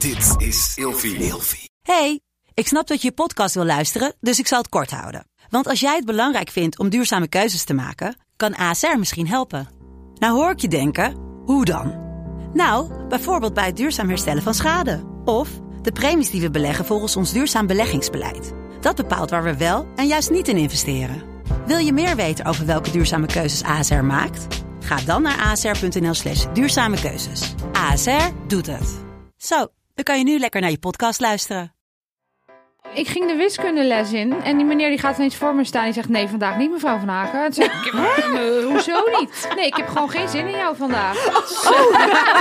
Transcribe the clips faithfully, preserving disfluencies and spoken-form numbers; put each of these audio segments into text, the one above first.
Dit is Ilfie. Ilfie. Hey, ik snap dat je je podcast wil luisteren, dus ik zal het kort houden. Want als jij het belangrijk vindt om duurzame keuzes te maken, kan A S R misschien helpen. Nou hoor ik je denken, hoe dan? Nou, bijvoorbeeld bij het duurzaam herstellen van schade. Of de premies die we beleggen volgens ons duurzaam beleggingsbeleid. Dat bepaalt waar we wel en juist niet in investeren. Wil je meer weten over welke duurzame keuzes A S R maakt? Ga dan naar asr.nl slash duurzame keuzes. A S R doet het. Zo, dan kan je nu lekker naar je podcast luisteren. Ik ging de wiskundeles in en die meneer die gaat ineens voor me staan. Die zegt, nee, vandaag niet, mevrouw Van Haken. Toen zei ik, uh, hoezo niet? Nee, ik heb gewoon geen zin in jou vandaag. Oh.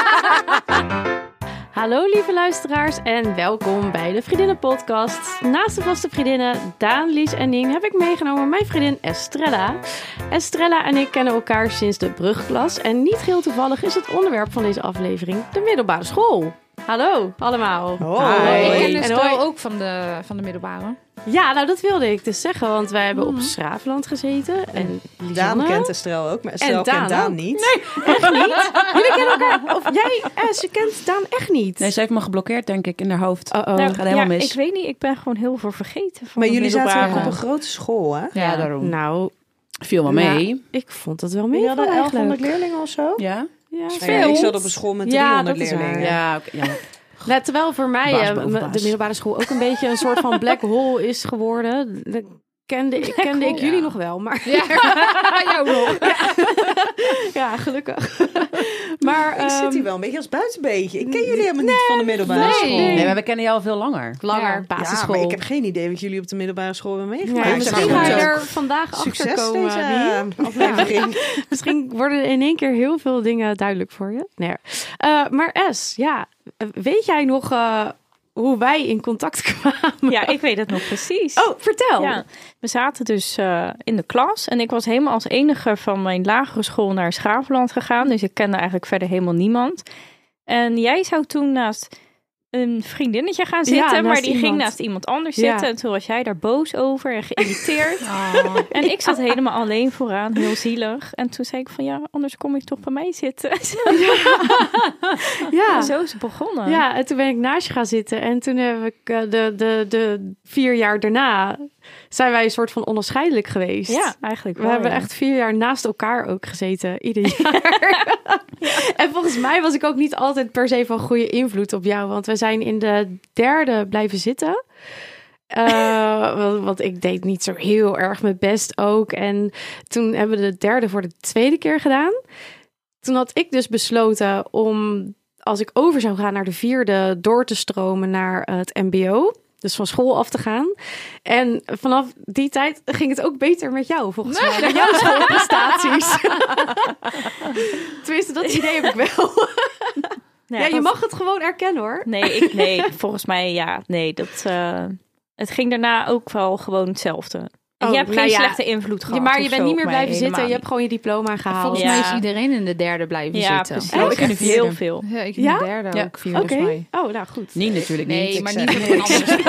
Hallo lieve luisteraars en welkom bij de Vriendinnen-podcast. Naast de vaste vriendinnen Daan, Lies en Nien heb ik meegenomen mijn vriendin Estrella. Estrella en ik kennen elkaar sinds de brugklas en niet heel toevallig is het onderwerp van deze aflevering de middelbare school. Hallo allemaal. Hoi. Ik ken de En school ook van de, van de middelbare. Ja, nou dat wilde ik dus zeggen, want wij hebben op Schravenland gezeten. En Daan kent Estrella ook, maar Estrella kent Daan niet. Nee, echt niet. Jullie kennen elkaar, of jij, eh, ze kent Daan echt niet. Nee, ze heeft me geblokkeerd, denk ik, in haar hoofd. Uh-oh. Dat gaat helemaal ja, mis. Ik weet niet, ik ben gewoon heel veel vergeten. Van Maar jullie middelbare. zaten ook op een grote school, hè? Ja, daarom. Nou, Viel wel mee. nou, ik vond het wel mee. Jullie hadden elfhonderd leerlingen of zo? Ja? Ja, Nou ja, ik zat op een school met Ja, driehonderd dat is waar. leerlingen. Ja, oké. Ja. Nou, terwijl voor mij Baas eh, boven m- baas. de middelbare school ook een beetje een soort van black hole is geworden. Dat kende, ik- kende ik jullie nog wel, maar Ja, jou nog. ja, gelukkig. Maar Ik zit hier ehm, wel een beetje als buitenbeentje. Ik ken jullie helemaal niet van de middelbare nee. school. Nee, maar we kennen jou al veel langer. langer Ja. Ja, basisschool. maar ik heb geen idee wat jullie op de middelbare school hebben Ja, meegemaakt. misschien Maar ga je goed, er vandaag Succes achter komen. deze Wie? uh, aflevering. Misschien worden in één keer heel veel dingen duidelijk voor je. Nee. Uh, maar Es, ja, weet jij nog uh, hoe wij in contact kwamen? Ja, ik weet het nog precies. Oh, vertel. Ja, we zaten dus uh, in de klas en ik was helemaal als enige van mijn lagere school naar Schravenland gegaan. Dus ik kende eigenlijk verder helemaal niemand. En jij zou toen naast een vriendinnetje gaan zitten, Ja, naast maar die iemand. ging naast iemand anders Ja. zitten. En toen was jij daar boos over en geïrriteerd. Oh. En ik zat helemaal alleen vooraan, heel zielig. En toen zei ik van ja, anders kom je toch bij mij zitten. Ja. En zo is het begonnen. Ja, en toen ben ik naast je gaan zitten. En toen heb ik uh, de, de, de vier jaar daarna zijn wij een soort van onafscheidelijk geweest. Ja, eigenlijk We wel, hebben ja. echt vier jaar naast elkaar ook gezeten, ieder jaar. En volgens mij was ik ook niet altijd per se van goede invloed op jou. Want we zijn in de derde blijven zitten. Uh, want, want ik deed niet zo heel erg mijn best ook. En toen hebben we de derde voor de tweede keer gedaan. Toen had ik dus besloten om, als ik over zou gaan naar de vierde, door te stromen naar het mbo. Dus van school af te gaan. En vanaf die tijd ging het ook beter met jou, volgens mij. Met jouw schoolprestaties. Tenminste, dat idee heb ik wel. Ja, Ja, je dat- mag het gewoon erkennen, hoor. Nee, ik, nee, volgens mij ja. Nee, dat, uh, het ging daarna ook wel gewoon hetzelfde. Oh, je hebt nou geen ja. slechte invloed gehad. Ja, maar je of bent zo niet meer op mij, blijven zitten. helemaal Je hebt gewoon je diploma gehaald. Volgens Ja. mij is iedereen in de derde blijven Ja, zitten. precies. Oh, ik echt? heel veel. Ja, ik in Ja? de derde Ja. ook vierde Oké. volgens mij. Oh, nou goed. Nee, natuurlijk niet. Nee, Ik maar zeg- niet voor anders.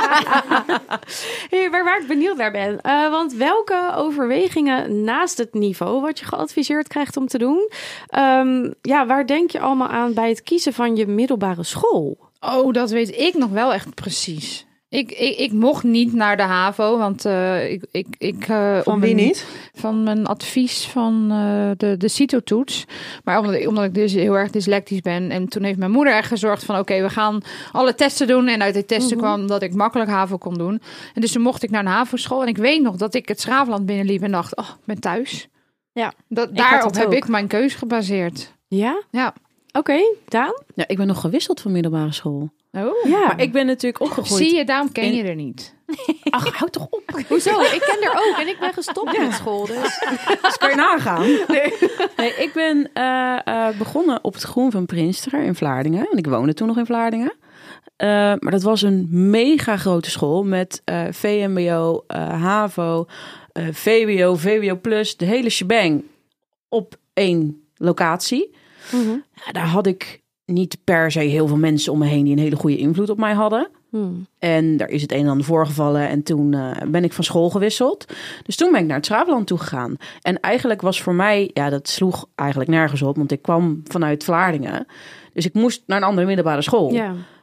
Hey, waar, waar ik benieuwd naar ben. Uh, want welke overwegingen naast het niveau wat je geadviseerd krijgt om te doen, um, ja, waar denk je allemaal aan bij het kiezen van je middelbare school? Oh, dat weet ik nog wel echt precies. Ik, ik, ik mocht niet naar de HAVO, want uh, ik... ik, ik uh, Van op wie mijn, niet? Van mijn advies van uh, de, de CITO-toets. Maar omdat ik, omdat ik dus heel erg dyslectisch ben. En toen heeft mijn moeder echt gezorgd van... oké, okay, we gaan alle testen doen. En uit die testen mm-hmm. kwam dat ik makkelijk HAVO kon doen. En dus toen mocht ik naar een HAVO-school. En ik weet nog dat ik het Schravenland binnenliep en dacht... oh, ik ben thuis. Ja, dat, daarop heb ook. ik mijn keus gebaseerd. Ja? Ja. Oké, okay, Daan? Ja, ik ben nog gewisseld van middelbare school. Oh. Ja. Maar ik ben natuurlijk opgegroeid. Zie je, daarom ken in... je er niet. Ach, houd toch op. Hoezo? Ik ken er ook en ik ben gestopt met school. Dus. Dus kan je nagaan. Nee. Nee, ik ben uh, uh, begonnen op het Groen van Prinster in Vlaardingen. En ik woonde toen nog in Vlaardingen. Uh, maar dat was een mega grote school met uh, V M B O, uh, HAVO, uh, V W O, V W O plus, de hele shebang op één locatie. Mm-hmm. Ja, daar had ik niet per se heel veel mensen om me heen die een hele goede invloed op mij hadden. Hmm. En daar is het een en ander voorgevallen en toen uh, ben ik van school gewisseld. Dus toen ben ik naar het Schravenland toe gegaan. En eigenlijk was voor mij, ja, dat sloeg eigenlijk nergens op, want ik kwam vanuit Vlaardingen. Dus ik moest naar een andere middelbare school. Ja.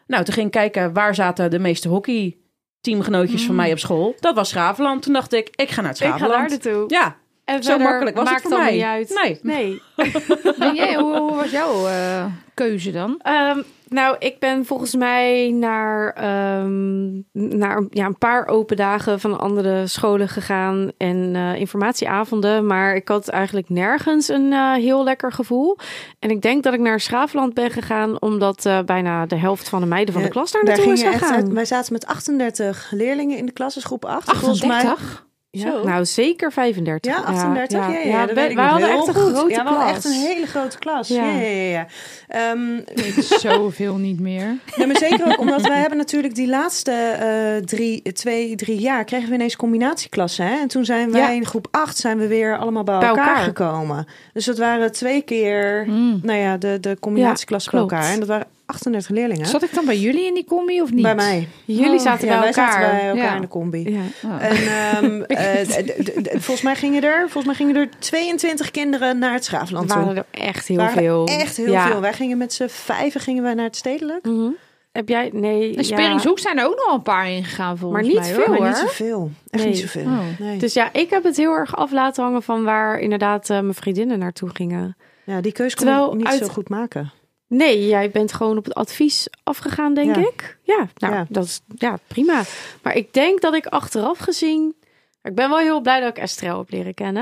Nou, toen ging ik kijken, waar zaten de meeste hockeyteamgenootjes Mm. van mij op school? Dat was Schravenland. Toen dacht ik, ik ga naar het Ik ga Schravenland. daar naartoe. Ja, En zo verder makkelijk was het maakt voor dan mij. niet uit. Nee. Nee. En jij, hoe, hoe was jouw uh, keuze dan? Um, nou, ik ben volgens mij naar, um, naar ja, een paar open dagen van andere scholen gegaan en uh, informatieavonden. Maar ik had eigenlijk nergens een uh, heel lekker gevoel. En ik denk dat ik naar Schravenland ben gegaan omdat uh, bijna de helft van de meiden van Ja, de klas daar daar naartoe is ging je echt gegaan. uit. Wij zaten met achtendertig leerlingen in de klas, dus groep acht. Volgens mij. achtendertig? Ja. Nou, zeker vijfendertig. Ja, achtendertig. Ja, ja, ja, dat we- weet ik wij nog hadden heel echt een goed. grote Ja, we hadden klas. echt een hele grote klas. Ja. Ja, ja, ja. ja. Um, Zoveel niet meer. nee, maar zeker ook omdat wij hebben natuurlijk die laatste uh, drie, twee, drie jaar kregen we ineens combinatieklassen. Hè? En toen zijn wij Ja. in groep acht zijn we weer allemaal bij, Bij elkaar, elkaar. gekomen. Dus dat waren twee keer, Mm. nou ja, de, de combinatieklassen bij klopt. elkaar. En dat waren achtendertig leerlingen. Zat ik dan bij jullie in die combi of niet? Bij mij. Jullie Oh, zaten Ja, bij wij elkaar. zaten bij elkaar Ja. in de combi. Ja. Oh. En um, uh, d- d- d- volgens mij gingen er, volgens mij gingen er tweeëntwintig kinderen naar het Er Schravenland toe. waren er echt heel Waren er veel. Echt heel Ja. veel. Wij gingen met z'n vijven gingen wij naar het stedelijk. Mhm. Heb jij... Nee. En Sperringshoek zijn er ook nog een paar ingegaan volgens Maar niet mij. veel, hoor. Maar niet hoor. zoveel. Echt Nee. niet zoveel. Oh. Nee. Dus ja, ik heb het heel erg af laten hangen van waar inderdaad uh, mijn vriendinnen naartoe gingen. Ja, die keuze kon Terwijl ik niet uit- zo goed maken. Nee, jij bent gewoon op het advies afgegaan, denk Ja. ik. Ja, nou, Ja. dat is ja, prima. Maar ik denk dat ik achteraf gezien... Ik ben wel heel blij dat ik Estrel heb leren kennen.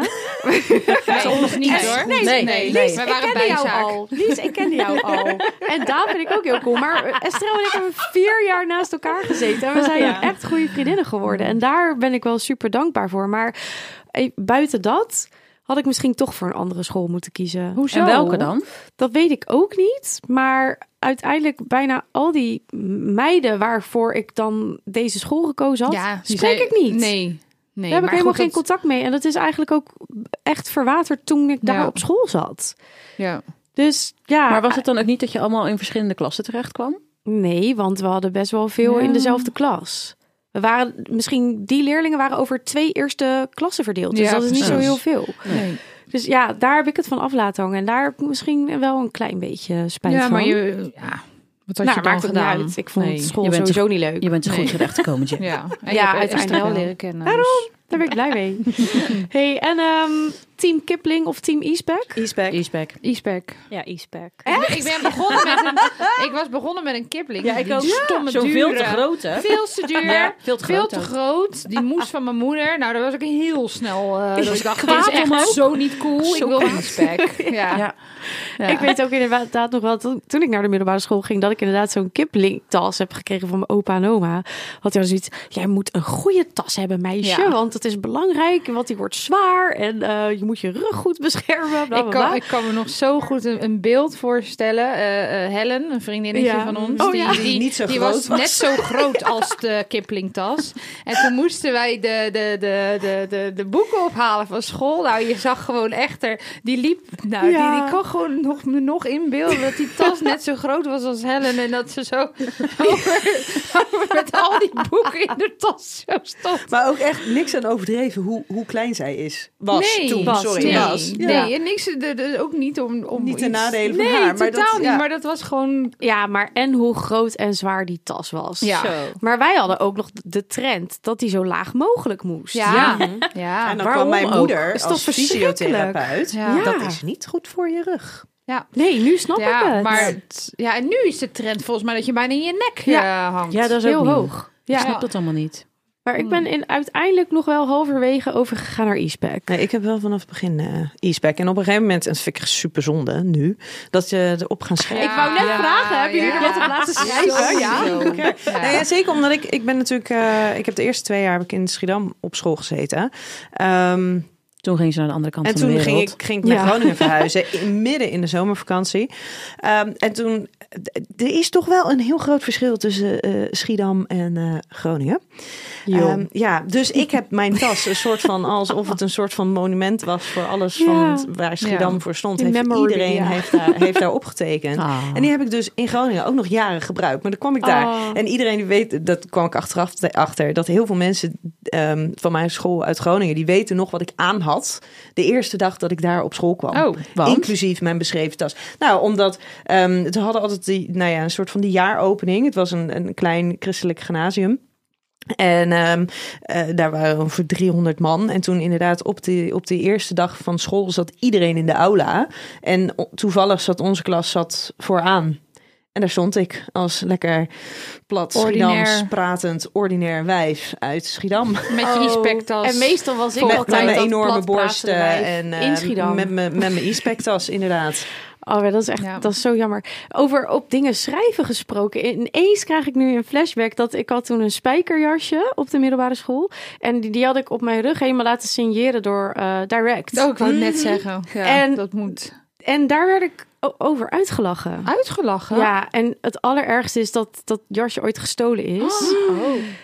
Nee, ons niet hoor. Nee, nee, nee. Wij waren ik kende jou bijzaak. al. Lies, ik kende jou al. En Daan vind ik ook heel cool. Maar Estrel en ik hebben vier jaar naast elkaar gezeten. En we zijn Ja. echt goede vriendinnen geworden. En daar ben ik wel super dankbaar voor. Maar eh, buiten dat had ik misschien toch voor een andere school moeten kiezen. Hoezo? En welke dan? Dat weet ik ook niet. Maar uiteindelijk bijna al die meiden waarvoor ik dan deze school gekozen had, Ja, die spreek zei- ik niet. Nee. Nee, Daar heb ik maar helemaal goed, geen dat- contact mee. En dat is eigenlijk ook echt verwaterd toen ik daar Ja. op school zat. Ja. Dus ja. Maar was het dan ook niet dat je allemaal in verschillende klassen terecht kwam? Nee, want we hadden best wel veel Ja. in dezelfde klas. We waren misschien die leerlingen waren over twee eerste klassen verdeeld. Dus Ja, dat is niet zo precies. heel veel. Nee. Dus ja, daar heb ik het van af laten hangen. En daar heb ik misschien wel een klein beetje spijt Ja, van. maar je... Ja. Wat had nou, je dan maakt het gedaan? niet uit. Ik vond Nee. school Je bent sowieso niet leuk. Je bent er goed Nee. terecht gekomen, Jim. Ja, en Ja, je hebt uiteindelijk Estrel wel. leren kennen. Daarom. dus- Daar ben ik blij mee. Hey, en ehm, team Kipling of team Eastpak? Eastpak. Eastpak. E-spec. Ja, e-spec. Ik ben begonnen met een... Ik was begonnen met een kipling. Ja, ik Die ook. stomme, Zo dure, veel te groot, hè? Veel te duur. Ja, veel te veel groot te ook. groot. Die moest van mijn moeder. Nou, daar was ik heel snel... Uh, dat ik dacht, dit is kwaad om echt ook. zo niet cool. Ik wil een e-spec. Ja. Ja. Ja. Ik weet ook inderdaad nog wel, toen toen ik naar de middelbare school ging, dat ik inderdaad zo'n Kipling tas heb gekregen van mijn opa en oma. Had hij al zoiets, jij moet een goede tas hebben, meisje, Ja. want het is belangrijk, want die wordt zwaar en uh, je moet je rug goed beschermen. Bla, bla, Ik bla. kan, ik kan me nog zo goed een, een beeld voorstellen. Uh, uh, Helen, een vriendinnetje Ja. van ons. Oh, die, ja. die, Die niet zo die groot was, was. net zo groot als de Kipling-tas. En toen moesten wij de, de, de, de, de, de boeken ophalen van school. Nou, je zag gewoon echt er... Die liep... Nou, Ja. die, die kon gewoon nog, me nog inbeelden dat die tas net zo groot was als Helen. En dat ze zo over, over met al die boeken in de tas zo stond. Maar ook echt niks aan overdreven hoe, hoe klein zij is. Was nee, toen, was, sorry. nee, Was. Ja. nee, en niks, de, de, ook niet om, om Niet ten iets- nadele van nee, haar, maar totaal dat- niet. ja. Maar dat was gewoon... Ja, maar en hoe groot en zwaar die tas was. Ja. Zo. Maar wij hadden ook nog de trend dat die zo laag mogelijk moest. Ja, Ja. ja. En dan Waarom kwam mijn ook? moeder Is toch als verschrikkelijk? fysiotherapeut. Ja. Dat is niet goed voor je rug. Nee, nu snap ja, ik het. maar het- ja, en nu is de trend volgens mij dat je bijna in je nek Ja. eh, hangt. Ja, dat is heel ook nieuw. hoog. Ik Ja, snap dat allemaal niet. maar ik ben in, uiteindelijk nog wel halverwege overgegaan naar Eastpak. Nee, ik heb wel vanaf het begin uh, e-spec. En op een gegeven moment, en dat vind ik super zonde nu, dat je erop gaan schrijven. Ik wou net vragen, hebben jullie er wat op laten schrijven? Ja. Okay. Nou ja, zeker omdat ik, ik ben natuurlijk, uh, ik heb de eerste twee jaar heb ik in Schiedam op school gezeten. Um, Toen ging ze naar de andere kant en van de toen wereld. ging ik, ging ik naar Ja. Groningen verhuizen, in, midden in de zomervakantie. Um, en toen, er is toch wel een heel groot verschil tussen uh, Schiedam en uh, Groningen. Um, ja, dus ik heb mijn tas een soort van, alsof het een soort van monument was voor alles Ja. van waar Schiedam Ja. voor stond. In Heeft memory, iedereen ja. heeft, daar, heeft daar opgetekend. Ah. En die heb ik dus in Groningen ook nog jaren gebruikt. Maar dan kwam ik daar. Oh. En iedereen die weet, dat kwam ik achteraf te- achter, dat heel veel mensen um, van mijn school uit Groningen, die weten nog wat ik aan had had de eerste dag dat ik daar op school kwam. Oh, want? Inclusief mijn beschreven tas. Nou, omdat um, we hadden altijd die, nou ja, een soort van die jaaropening. Het was een, een klein christelijk gymnasium. En um, uh, daar waren ongeveer driehonderd man. En toen inderdaad op de, op de eerste dag van school zat iedereen in de aula. En toevallig zat onze klas zat vooraan. En daar stond ik als lekker plat Ordinair. Schiedams pratend ordinair wijf uit Schiedam. Met je Oh. e-spectas. En meestal was ik Met, altijd met mijn dat enorme plat pratende borsten wijf en uh, in Schiedam. met, mijn- met mijn e-spectas inderdaad. Oh, dat is echt, Ja. dat is zo jammer. Over op dingen schrijven gesproken. Ineens krijg ik nu een flashback dat ik had toen een spijkerjasje op de middelbare school. En die, die had ik op mijn rug helemaal laten signeren door uh, Direct. Oh, ik wou het net zeggen. Ja, En- dat moet. En daar werd ik o- over uitgelachen. Uitgelachen? Ja, en het allerergste is dat dat jasje ooit gestolen is. Oh.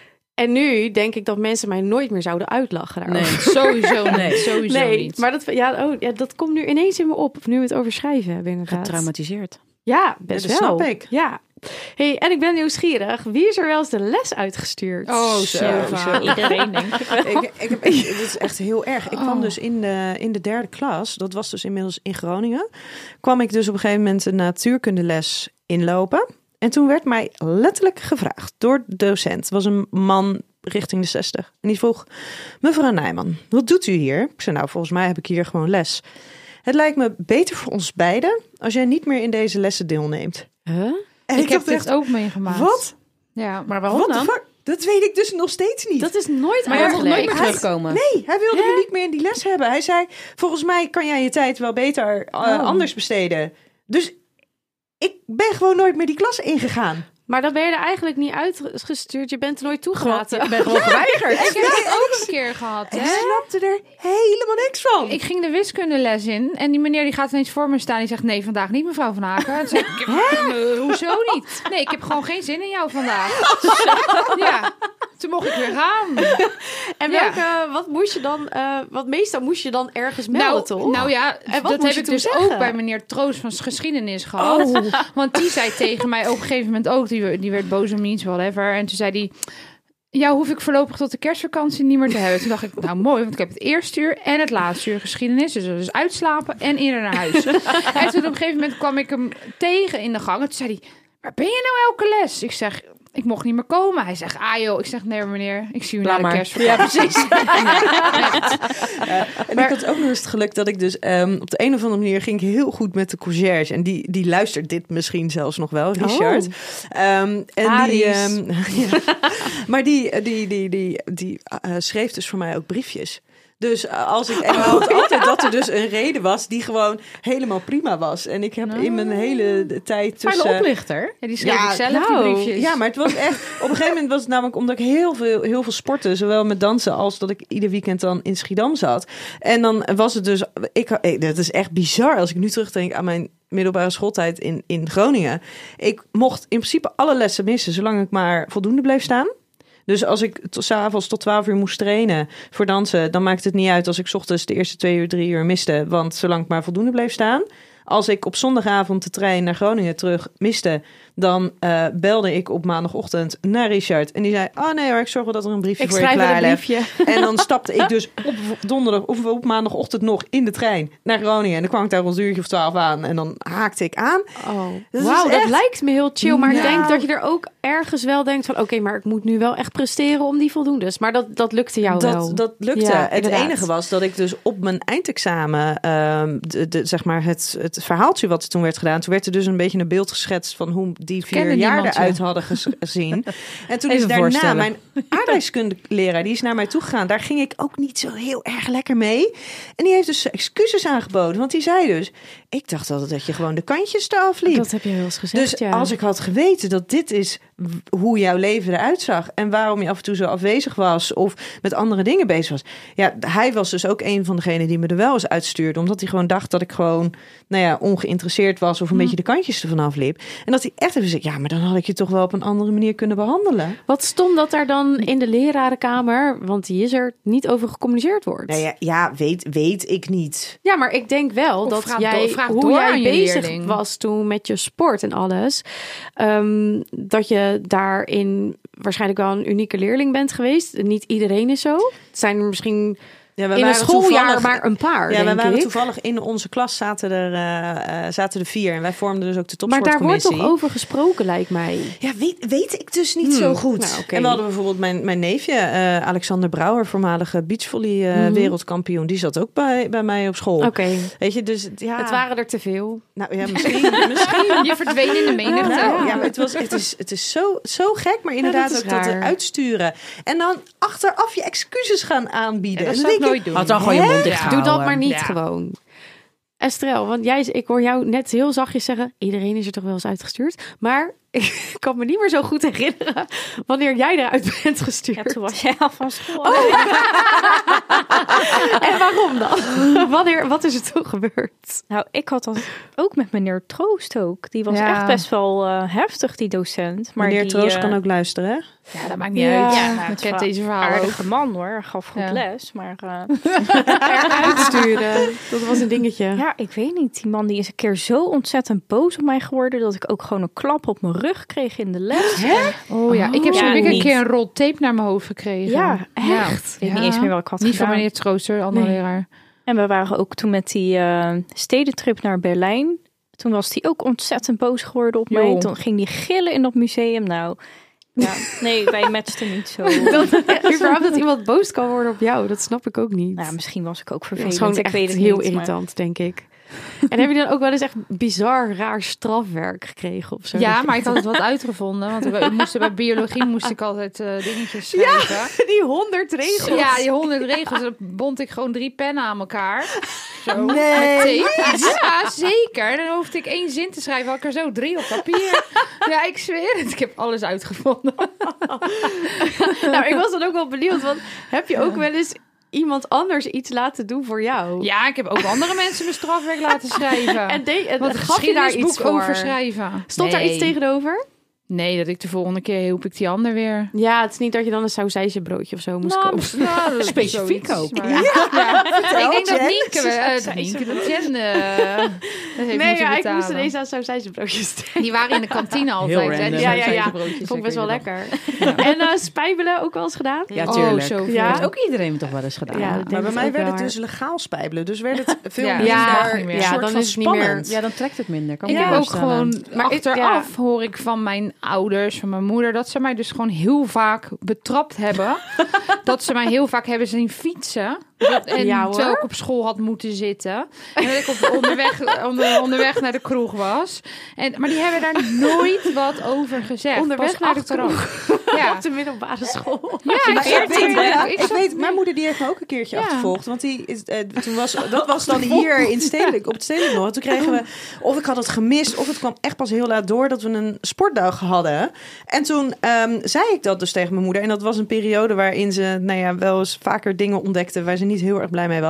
En nu denk ik dat mensen mij nooit meer zouden uitlachen daarover. Nee. Sowieso niet. Nee. Sowieso Nee, niet. maar dat, ja, oh, ja, dat komt nu ineens in me op. Nu we het over schrijven hebben inderdaad. Getraumatiseerd. Ja, best Ja, dat wel. snap ik. Ja. Hey, en ik ben nieuwsgierig. Wie is er wel eens de les uitgestuurd? Oh, Zo, Silva. zo. Iedereen denk ik wel. ik, ik heb, ik, dit is echt heel erg. Ik kwam Oh. dus in de, in de derde klas, dat was dus inmiddels in Groningen, kwam ik dus op een gegeven moment een natuurkundeles inlopen. En toen werd mij letterlijk gevraagd door de docent. Het was een man richting de zestig. En die vroeg, mevrouw Nijman, wat doet u hier? Ik zei, nou, volgens mij heb ik hier gewoon les. Het lijkt me beter voor ons beiden als jij niet meer in deze lessen deelneemt. Huh? En Ik heb dacht dit echt, ook meegemaakt. wat? Ja. Maar waarom What the dan? fuck? Dat weet ik dus nog steeds niet. Dat is nooit Maar jij mocht nooit uitgelegd. meer terugkomen. Nee, hij wilde me niet meer in die les hebben. Hij zei, volgens mij kan jij je tijd wel beter uh, Oh. anders besteden. Dus ik ben gewoon nooit meer die klas ingegaan. Maar dan ben je er eigenlijk niet uitgestuurd. Je bent er nooit toegelaten. Ik ben gewoon geweigerd. Ik heb dit ook een keer gehad. Ik Hè? snapte er helemaal niks van. Ik ging de wiskundeles in en die meneer die gaat ineens voor me staan. Die zegt, nee, vandaag niet, mevrouw Van Haken. Toen zei ik, "Eh, hoezo niet? Nee, ik heb gewoon geen zin in jou vandaag. Ja, toen mocht ik weer gaan. En Ja. welke, wat moest je dan... eh wat meestal moest je dan ergens melden, Nou, toch? nou ja, En wat dat moest heb je ik toen dus zeggen? ook bij meneer Troost van geschiedenis gehad. Want die zei tegen mij op een gegeven moment ook, die, die werd boos om iets, whatever. En toen zei die, jou hoef ik voorlopig tot de kerstvakantie niet meer te hebben. Toen dacht ik, nou mooi, want ik heb het eerste uur en het laatste uur geschiedenis. Dus, dus uitslapen en eerder naar huis. En toen op een gegeven moment kwam ik hem tegen in de gang. En toen zei hij, waar ben je nou elke les? Ik zeg, ik mocht niet meer komen. Hij zegt, ah joh. Ik zeg, nee meneer, ik zie u Laat na de maar. kerstvakantie. Ja, precies. En ik had ook nog eens het geluk dat ik dus um, op de een of andere manier ging ik heel goed met de conciërge. En die, die luistert dit misschien zelfs nog wel, Richard. Um, en die, Aries. um, ja. Maar die, die, die, die, die uh, schreef dus voor mij ook briefjes. Dus uh, als ik en ik vond altijd dat er dus een reden was die gewoon helemaal prima was. En ik heb in mijn hele de tijd tussen... Fijne oplichter. Ja, die schreef Ja, ik zelf, nou, die briefjes. Ja, maar het was echt... Op een gegeven moment was het namelijk omdat ik heel veel, heel veel sportte. Zowel met dansen als dat ik ieder weekend dan in Schiedam zat. En dan was het dus... Ik, hey, dat is echt bizar als ik nu terugdenk aan mijn middelbare schooltijd in, in Groningen. Ik mocht in principe alle lessen missen, zolang ik maar voldoende bleef staan. Dus als ik t- 's avonds tot twaalf uur moest trainen voor dansen, dan maakt het niet uit als ik 's ochtends de eerste twee uur, drie uur miste. Want zolang ik maar voldoende bleef staan. Als ik op zondagavond de trein naar Groningen terug miste, dan uh, belde ik op maandagochtend naar Richard. En die zei, oh nee hoor, ik zorg wel dat er een briefje Ik voor je schrijf wel een klaar ligt. briefje. En dan stapte ik dus op donderdag of op maandagochtend nog in de trein naar Groningen. En dan kwam ik daar rond een uurtje of twaalf aan. En dan haakte ik aan. Oh, Dat is wauw, dat echt- lijkt me heel chill. Maar ik Nou. denk dat je er ook ergens wel denkt van... oké, maar ik moet nu wel echt presteren om die voldoendes. Maar dat, dat lukte jou wel. Dat, dat lukte. Ja, het inderdaad. enige was dat ik dus op mijn eindexamen, ehm, de, de, zeg maar het, het verhaaltje wat er toen werd gedaan, toen werd er dus een beetje een beeld geschetst van hoe die vier Kende jaar niemand je. eruit hadden gez- gezien. En toen is Even daarna voorstellen. mijn aardrijkskundeleraar, die is naar mij toegegaan. Daar ging ik ook niet zo heel erg lekker mee. En die heeft dus excuses aangeboden, want die zei dus, ik dacht altijd dat je gewoon de kantjes eraf liep. Dat heb je heel eens gezegd, Dus ja. als ik had geweten dat dit is w- hoe jouw leven eruit zag en waarom je af en toe zo afwezig was of met andere dingen bezig was. Ja, hij was dus ook een van degenen die me er wel eens uitstuurde, omdat hij gewoon dacht dat ik gewoon, nou ja, ongeïnteresseerd was of een beetje de kantjes ervan afliep. En dat hij echt even zei, ja, maar dan had ik je toch wel op een andere manier kunnen behandelen. Wat stom dat daar dan in de lerarenkamer... want die is er, niet over gecommuniceerd wordt. Nou ja, ja weet, weet ik niet. Ja, maar ik denk wel Of dat vraag jij, door- vraag hoe door jij aan je bezig leerling. was toen met je sport en alles, um, dat je daarin waarschijnlijk wel een unieke leerling bent geweest. Niet iedereen is zo. Het zijn er misschien Ja, we in een waren schooljaar toevallig- maar een paar, Ja, we denk waren ik. toevallig in onze klas zaten er, uh, uh, zaten er vier. En wij vormden dus ook de Maar daar wordt topsportcommissie. toch over gesproken, lijkt mij. Ja, weet, weet ik dus niet Hmm. zo goed. Nou, oké. En we hadden bijvoorbeeld mijn, mijn neefje, uh, Alexander Brouwer, voormalige beachvolley uh, Mhm. wereldkampioen. Die zat ook bij, bij mij op school. Oké, Weet je, dus ja. het waren er te veel. Nou ja, misschien. misschien. Je verdween in de menigte. Nou, ja, maar het, was, het is, het is zo, zo gek, maar inderdaad dat is ook dat raar. eruit sturen. En dan achteraf je excuses gaan aanbieden. Ja, dat En zou ik dan nooit denk doen. Had dan gewoon je mond dicht Doe gehouden. dat maar niet Ja. gewoon. Estrel, want jij, ik hoor jou net heel zachtjes zeggen... iedereen is er toch wel eens uitgestuurd. Maar ik kan me niet meer zo goed herinneren... wanneer jij eruit bent gestuurd. Ja, toen was jij al van school. En waarom dan? Wanneer, wat is er toen gebeurd? Nou, ik had dat ook met meneer Troost ook. Die was Ja. echt best wel uh, heftig, die docent. Maar Meneer die, Troost uh, kan ook luisteren, hè? Ja, dat maakt niet Ja. uit. Ja, Ja, nou, je het kent was deze verhalen ook. aardige man hoor, hij gaf goed Ja. les. Maar uh, Eruit sturen. Dat was een dingetje. ja, ik weet niet. Die man die is een keer zo ontzettend boos op mij geworden... dat ik ook gewoon een klap op mijn rug kreeg in de les. En, Oh ja, ik heb Ja, zo'n week een niet. keer een rol tape naar mijn hoofd gekregen. Ja, echt? Ik weet niet eens meer wat ik had Niet gedaan. van meneer Trooster, andere Nee. leraar. En we waren ook toen met die uh, stedentrip naar Berlijn. Toen was hij ook ontzettend boos geworden op Jo. mij. Toen ging hij gillen in dat museum. Nou, ja, nee, wij matchten niet zo. Dat, überhaupt dat iemand boos kan worden op jou, dat snap ik ook niet. Nou, ja, misschien was ik ook dat vervelend. is gewoon ik echt weet het heel niet, maar- irritant, denk ik. En heb je dan ook wel eens echt bizar, raar strafwerk gekregen of zo? Ja, maar ik had het wat uitgevonden. Want we moesten, bij biologie moest ik altijd uh, dingetjes schrijven. die honderd regels. Ja, die honderd regels. Dan bond ik gewoon drie pennen aan elkaar. Zo, Nee. met tape. Ja, zeker. En dan hoefde ik één zin te schrijven. Had ik er zo drie op papier. Ja, ik zweer het. Ik heb alles uitgevonden. Nou, ik was dan ook wel benieuwd, want heb je ook wel eens iemand anders iets laten doen voor jou? Ja, ik heb ook andere mensen mijn strafwerk laten schrijven. En de, en Want gaf je daar iets geschiedenisboek voor? over schrijven. Stond daar Nee. iets tegenover? Nee, dat ik de volgende keer hielp ik die ander weer. Ja, het is niet dat je dan een sausijzenbroodje of zo moest Nou, kopen. nou, dat- Specifiek zoiets, ook. maar- Ja. Ik denk dat Jen. Nienke, uh, Nienke dat Jen uh, dat heeft Nee, moeten ja, ik betalen. moest ineens aan sausijzenbroodjes denken. Die waren in de kantine altijd. Heel hè, random. die Ja, ja, ja. sausijzenbroodjes, Vond ik best wel weet lekker. nog. En uh, spijbelen ook wel eens gedaan? Ja, Oh, tuurlijk. zoveel. Ja. Dat heeft ook iedereen toch wel eens gedaan. Ja, Ja, dat denk Maar bij ik mij ook werd wel het dus hard. legaal spijbelen. Dus werd het veel Ja, minder ja, een niet meer. soort Ja, dan van is het niet meer- spannend. dan trekt het minder. Kan Ik me heb ook voorstellen. gewoon Maar ik- achteraf hoor ik van mijn ouders, van mijn moeder, dat ze mij dus gewoon heel vaak betrapt hebben. Dat ze mij heel vaak hebben zien fietsen. Dat, en Ja, hoor. terwijl ik op school had moeten zitten. En dat ik op, onderweg, onder, onderweg naar de kroeg was. En, maar die hebben daar nooit wat over gezegd. Onderweg Pas naar de achteraf. Ja, Op de middelbare school. ja ik Maar weet ik weet, het. ik, Ik zat- weet, mijn moeder die heeft me ook een keertje Ja. achtervolgd. Want die is, eh, toen was, dat was dan hier in Stedelijk, op het Stedelijk nog. En toen kregen we, of ik had het gemist, of het kwam echt pas heel laat door dat we een sportdag hadden. En toen ehm, zei ik dat dus tegen mijn moeder. En dat was een periode waarin ze, nou ja, wel eens vaker dingen ontdekte waar ze niet heel erg blij mee was.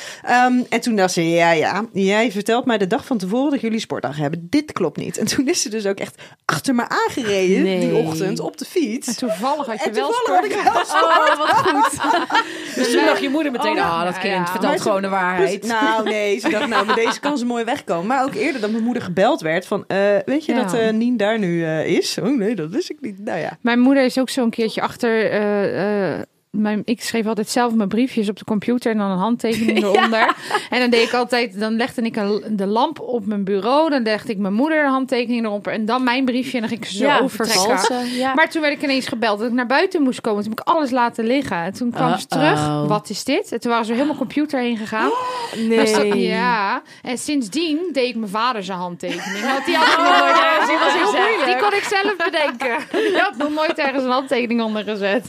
Um, en toen dacht ze, ja, ja, jij vertelt mij de dag van tevoren dat jullie sportdag hebben. Dit klopt niet. En toen is ze dus ook echt achter me aangereden Nee. die ochtend op de fiets. En toevallig had je En wel toevallig sport. had ik wel sport. Oh, wat goed. Dus toen dacht je moeder meteen, Oh, ah, dat ja, kind ja. vertelt Maar ze- gewoon de waarheid. Dus- nou, nee, ze dacht, nou, met deze kan ze mooi wegkomen. Maar ook eerder dat mijn moeder gebeld werd van, uh, weet je Ja. dat uh, Nien daar nu uh, is? Oh nee, dat wist ik niet. Nou ja. Mijn moeder is ook zo'n keertje achter. Uh, uh, mijn, ik schreef altijd zelf mijn briefjes op de computer en dan een handtekening eronder. Ja. En dan deed ik altijd, dan legde ik een, de lamp op mijn bureau, dan legde ik mijn moeder een handtekening erop en dan mijn briefje en dan ging ik ze zo Ja, overtrekken. vervalsen. Ja. Maar toen werd ik ineens gebeld dat ik naar buiten moest komen. Toen heb ik alles laten liggen. En toen kwam ze terug. Uh-oh. Wat is dit? En toen waren ze helemaal computer heen gegaan. Nee. Maar sta- ja. En sindsdien deed ik mijn vader zijn handtekening. Want die had ik nog nooit ergens die was onder heel gezet. moeilijk. Die kon ik zelf bedenken. Die had nog nooit ergens een handtekening onder gezet.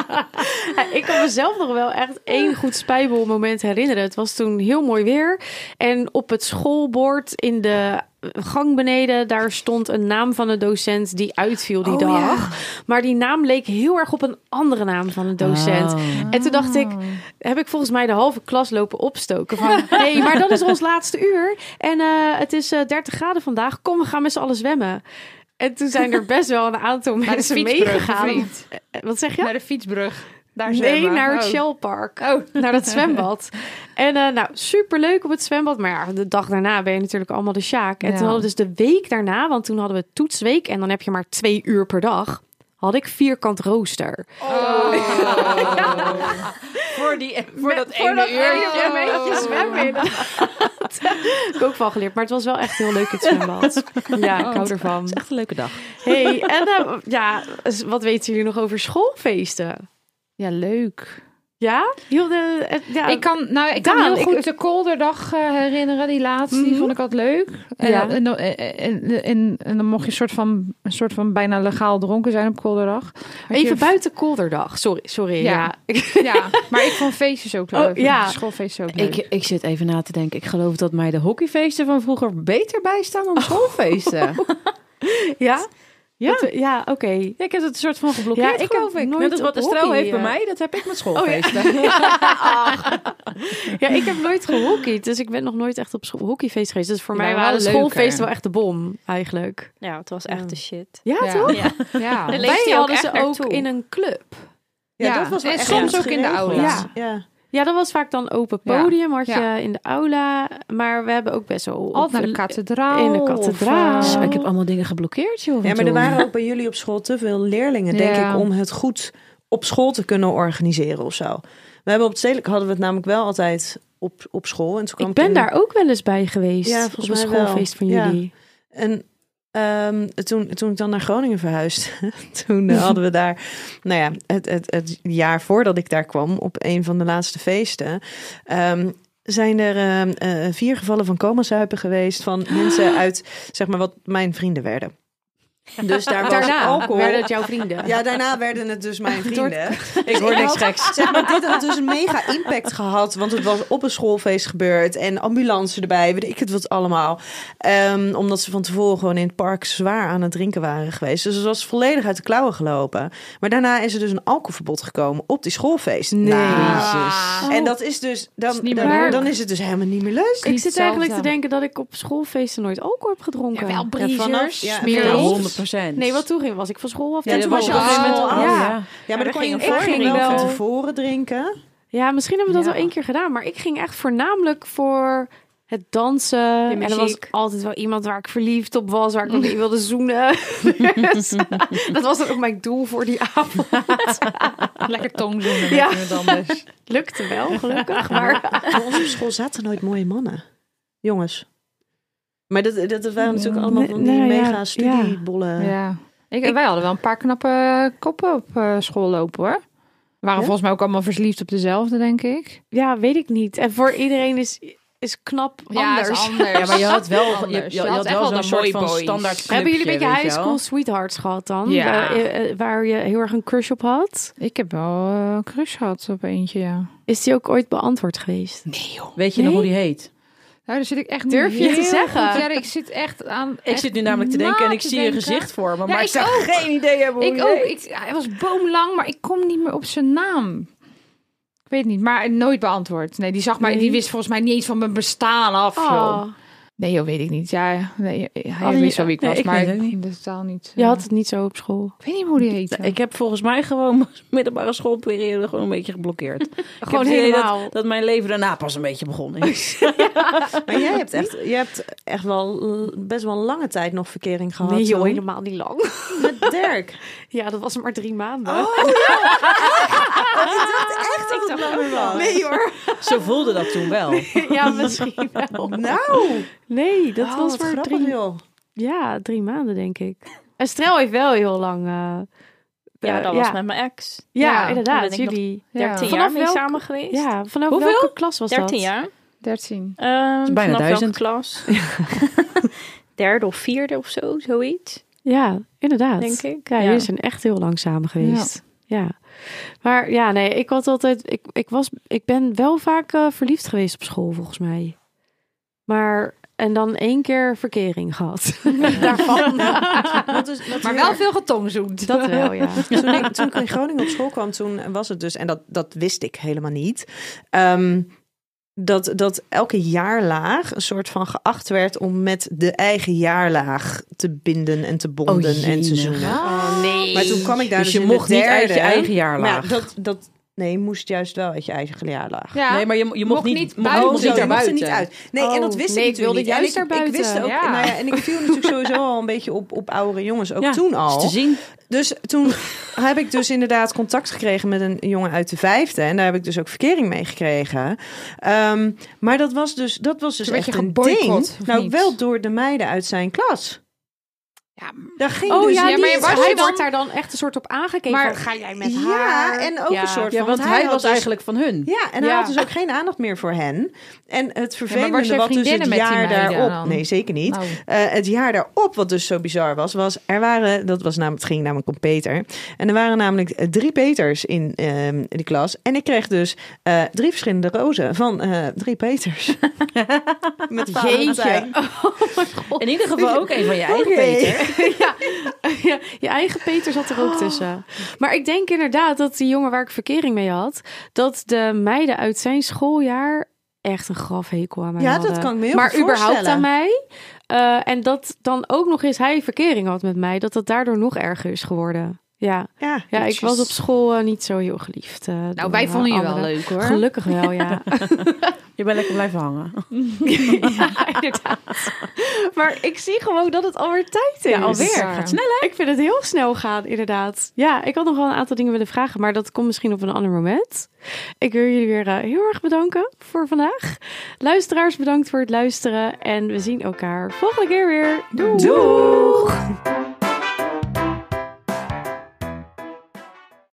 Ja, ik kan mezelf nog wel echt één goed spijbelmoment herinneren. Het was toen heel mooi weer. En op het schoolbord in de gang beneden, daar stond een naam van een docent die uitviel die Oh, dag. ja. Maar die naam leek heel erg op een andere naam van een docent. Oh. En toen dacht ik, heb ik volgens mij de halve klas lopen opstoken van, nee, maar dat is ons laatste uur. En uh, het is uh, dertig graden vandaag. Kom, we gaan met z'n allen zwemmen. En toen zijn er best wel een aantal Naar de mensen fietsbrug, meegegaan. of niet? Uh, Wat zeg je? Naar de fietsbrug. Daar Nee, zwemmen. naar het Oh. Shell Park. Oh. Naar dat zwembad. En uh, nou, superleuk op het zwembad. Maar ja, de dag daarna ben je natuurlijk allemaal de sjaak. En Ja. toen hadden we dus de week daarna, want toen hadden we toetsweek. En dan heb je maar twee uur per dag. Had ik vierkant rooster. Oh. voor, die, voor dat Voor ene dat ene uurtje. momentje zwemmen, inderdaad. Ik heb ook wel geleerd, maar het was wel echt heel leuk in het zwembad. Ja, ik hou ervan. Het is echt een leuke dag. Hey, en uh, ja, wat weten jullie nog over schoolfeesten? Ja, leuk. Ja? Hielden, uh, ja Ik kan, nou, ik kan Daan, heel ik- goed de kolderdag uh, herinneren, die laatste. Die Mhm. vond ik altijd leuk. En, Ja. en, en, en, en, en dan mocht je een soort van, een soort van bijna legaal dronken zijn op kolderdag. Had even je- buiten kolderdag. Sorry, sorry. Ja. Ja. Ja, maar ik vond feestjes ook leuk. Oh, ja. Schoolfeestjes ook leuk. Ik, ik zit even na te denken. Ik geloof dat mij de hockeyfeesten van vroeger beter bijstaan dan schoolfeesten. Ja? Ja. Dat- ja, oké. Ja, ik heb het een soort van geblokkeerd, Ja, ik heb geloof ik. nooit Net als wat op Estelle hockey, heeft bij eh. mij, dat heb ik met schoolfeesten. Ja, ik heb nooit gehockeyd, dus ik ben nog nooit echt op school hockeyfeest geweest. Dus voor Ja, mij wel waren de leuker. schoolfeesten wel echt de bom, eigenlijk. Ja, het was echt de shit. Ja, Ja. toch? Ja. Ja. Daar leefde Wij je ook hadden echt ze ook naartoe. in een club. Ja, Ja, dat was wel en echt soms goed ook in de geregeld. aula. Ja. Ja. Ja, dat was vaak dan open Ja. podium, had je Ja. in de aula. Maar we hebben ook best wel... Altijd naar de kathedraal. In de of, kathedraal. uh, Zo, ik heb allemaal dingen geblokkeerd, joh. van Ja, maar er toen. waren ook bij jullie op school te veel leerlingen, denk Ja. ik, om het goed op school te kunnen organiseren of zo. We hebben op het stedelijk hadden we het namelijk wel altijd op, op school. En toen kwam Ik ben in- daar ook wel eens bij geweest. Ja, op volgens een mij wel. schoolfeest van Ja. jullie. En ehm, toen, toen ik dan naar Groningen verhuisde, toen eh, hadden we daar, nou ja, het, het, het jaar voordat ik daar kwam, op een van de laatste feesten, ehm, zijn er ehm, eh, vier gevallen van coma-zuipen geweest van mensen uit, zeg maar, wat mijn vrienden werden. Dus daar was Daarna alcohol. werden het jouw vrienden. Ja, daarna werden het dus mijn vrienden. Ik hoor niks geks. Zeg maar, dit had dus een mega impact gehad. Want het was op een schoolfeest gebeurd. En ambulance erbij, weet ik het wat allemaal. Ehm, omdat ze van tevoren gewoon in het park zwaar aan het drinken waren geweest. Dus het was volledig uit de klauwen gelopen. Maar daarna is er dus een alcoholverbod gekomen op die schoolfeest. Nee. Ah. En dat is dus, dan, Is niet dan, meer leuk. dan is het dus helemaal niet meer leuk. Ik zit eigenlijk te hetzelfde. denken dat ik op schoolfeesten nooit alcohol heb gedronken. Ja, wel Ja, vanaf- briezers, ja, smeerloos. vanaf- honderd procent. Nee, wat toen ging, was ik van school af. Ja, en toen toen was je was op een gegeven moment al- al. Ja. Ja, maar we dan kon je gingen ik ging drinken. wel van wel. tevoren drinken. ja, misschien hebben we dat Ja. wel één keer gedaan. Maar ik ging echt voornamelijk voor het dansen. En er was muziek. altijd wel iemand waar ik verliefd op was. Waar ik ook in wilde zoenen. Dus, dat was dan ook mijn doel voor die avond. Lekker tongzoenen met Ja. iemand anders. Lukte wel, gelukkig. Maar Bij ons op school zaten nooit mooie mannen. Jongens. Maar dat, dat, dat waren natuurlijk allemaal van die Nou ja, mega studiebollen. Ja. Ik, wij hadden wel een paar knappe koppen op uh, school lopen, hoor. We waren Ja? volgens mij ook allemaal verliefd op dezelfde, denk ik. ja, weet ik niet. En voor iedereen is, is knap anders. is anders. Ja, maar je had wel, je, Anders. je, je had echt wel zo'n de soort mooi van boys. standaard Hebben jullie een beetje clubje, high weet je school wel? sweethearts gehad dan? Ja. Waar, eh, eh, waar je heel erg een crush op had? Ik heb wel uh, een crush gehad op eentje, ja. Is die ook ooit beantwoord geweest? Weet je nog hoe die heet? Nou, daar zit ik echt Durf niet je te heel zeggen? goed- Ja, ik zit echt aan... Ik echt zit nu namelijk te denken na en ik te zie je denken. gezicht voor me. Ja, Maar ik ik zou ook. geen idee hebben hoe Ik die ook. heet. Ik, hij was boomlang, maar ik kom niet meer op zijn naam. Ik weet niet, maar nooit beantwoord. Nee, die zag mij, Nee. die wist volgens mij niet eens van mijn bestaan af. Oh. Joh. Nee, joh, weet ik niet. Ja, nee, hij Oh, die- wist wel wie ik nee, was, ik maar weet het ook niet. dat is totaal niet. Je eh, had het niet zo op school. Ik weet niet hoe die heet. Ik heb volgens mij gewoon mijn middelbare schoolperiode gewoon een beetje geblokkeerd. Gewoon ik heb het idee helemaal. Dat, dat mijn leven daarna pas een beetje begonnen is. Maar jij hebt echt, je hebt echt wel l- best wel een lange tijd nog verkering gehad. Nee joh, toen. helemaal niet lang. Met Dirk. Ja, dat was maar drie maanden. Echt dat het langer was. Nee hoor. Zo voelde dat toen wel. Ja, misschien wel. Nou, Nee, dat oh, was wat maar grappig, drie, joh. ja, drie maanden denk ik. Estrel heeft wel heel lang... eh, Ja, eh, dat was met mijn ex. Ja, Ja, daar inderdaad. ben ik nog Jullie... dertien Vanaf jaar mee welk- samen geweest. Ja, vanaf Hoeveel? welke klas was dertien dat? jaar. dertien. Ehm, bijna vanaf duizend. welke klas? Derde of vierde of zo, zoiets. Ja, inderdaad. Denk ik. Ja, Ja. jullie zijn echt heel lang samen geweest. Ja. Maar ja, nee, ik had altijd... Ik, ik, was, ik ben wel vaak eh, verliefd geweest op school, volgens mij. Maar... En dan één keer verkering gehad. Daarvan. Wat is, wat Maar heel- wel veel getongzoend. Dat wel, ja. Toen ik, toen ik in Groningen op school kwam, toen was het dus, en dat, dat wist ik helemaal niet, ehm, dat, dat elke jaarlaag een soort van geacht werd om met de eigen jaarlaag te binden en te bonden Oh, en te jee. zoenen. Oh, nee. Maar toen kwam ik daar Dus dus, je in de mocht niet uit je derde. eigen jaarlaag. Maar ja, dat, dat, Nee, je moest juist wel uit je eigen jaarlaag. Ja. Nee, maar je, je mocht, Mocht niet, niet mocht, buiten. mocht Zo, niet je naar mocht er buiten. niet uit. Nee, Oh, en dat wist nee, ik ik wilde natuurlijk niet. juist En ik, naar ik wist buiten. ook, Ja. nou ja, en ik viel natuurlijk sowieso al een beetje op, op oudere jongens, ook Ja, toen al. is te zien. Dus toen heb ik dus inderdaad contact gekregen met een jongen uit de vijfde. En daar heb ik dus ook verkering mee gekregen. Um, maar dat was dus, dat was dus Toen werd echt je een geboycott, ding. of Nou, niet? wel door de meiden uit zijn klas. Ja, Daar ging Oh dus ja, ja, die, maar je was hij je dan- wordt daar dan echt een soort op aangekeken. Maar- Maar ga jij met ja, haar? en ook Ja. een soort Ja, van... want hij had was dus- eigenlijk van hun. Ja, en hij Ja. had dus ook geen aandacht meer voor hen. En het vervelende was jij wat dus het vriendinnen met die jaar meiden daarop... dan? Nee, zeker niet. Nou. Uh, het jaar daarop, wat dus zo bizar was, was... Er waren, dat was namelijk, het ging namelijk om Peter. En er waren namelijk uh, drie Peters in, uh, in die klas. En ik kreeg dus uh, drie verschillende rozen van uh, drie Peters. Met Jeetje. In ieder geval ook een van je eigen Oké. Peter. ja, ja, je eigen Peter zat er ook tussen. Maar ik denk inderdaad dat die jongen waar ik verkering mee had, dat de meiden uit zijn schooljaar echt een grafhekel aan mij Ja, hadden. dat kan ik me heel maar goed überhaupt voorstellen. aan mij. Uh, en dat dan ook nog eens hij verkering had met mij, dat dat daardoor nog erger is geworden. Ja, Ja, ja ik jezus. was op school uh, niet zo heel geliefd. Uh, nou, door, wij uh, vonden je wel anderen. leuk hoor. Gelukkig wel, ja. Je bent lekker blijven hangen. Ja, inderdaad. Maar ik zie gewoon dat het alweer tijd is. Ja, alweer. Ja. Gaat snel, hè? Ik vind het heel snel gaan, inderdaad. Ja, ik had nog wel een aantal dingen willen vragen, maar dat komt misschien op een ander moment. Ik wil jullie weer uh, heel erg bedanken voor vandaag. Luisteraars, bedankt voor het luisteren. En we zien elkaar volgende keer weer. Doei! Doeg!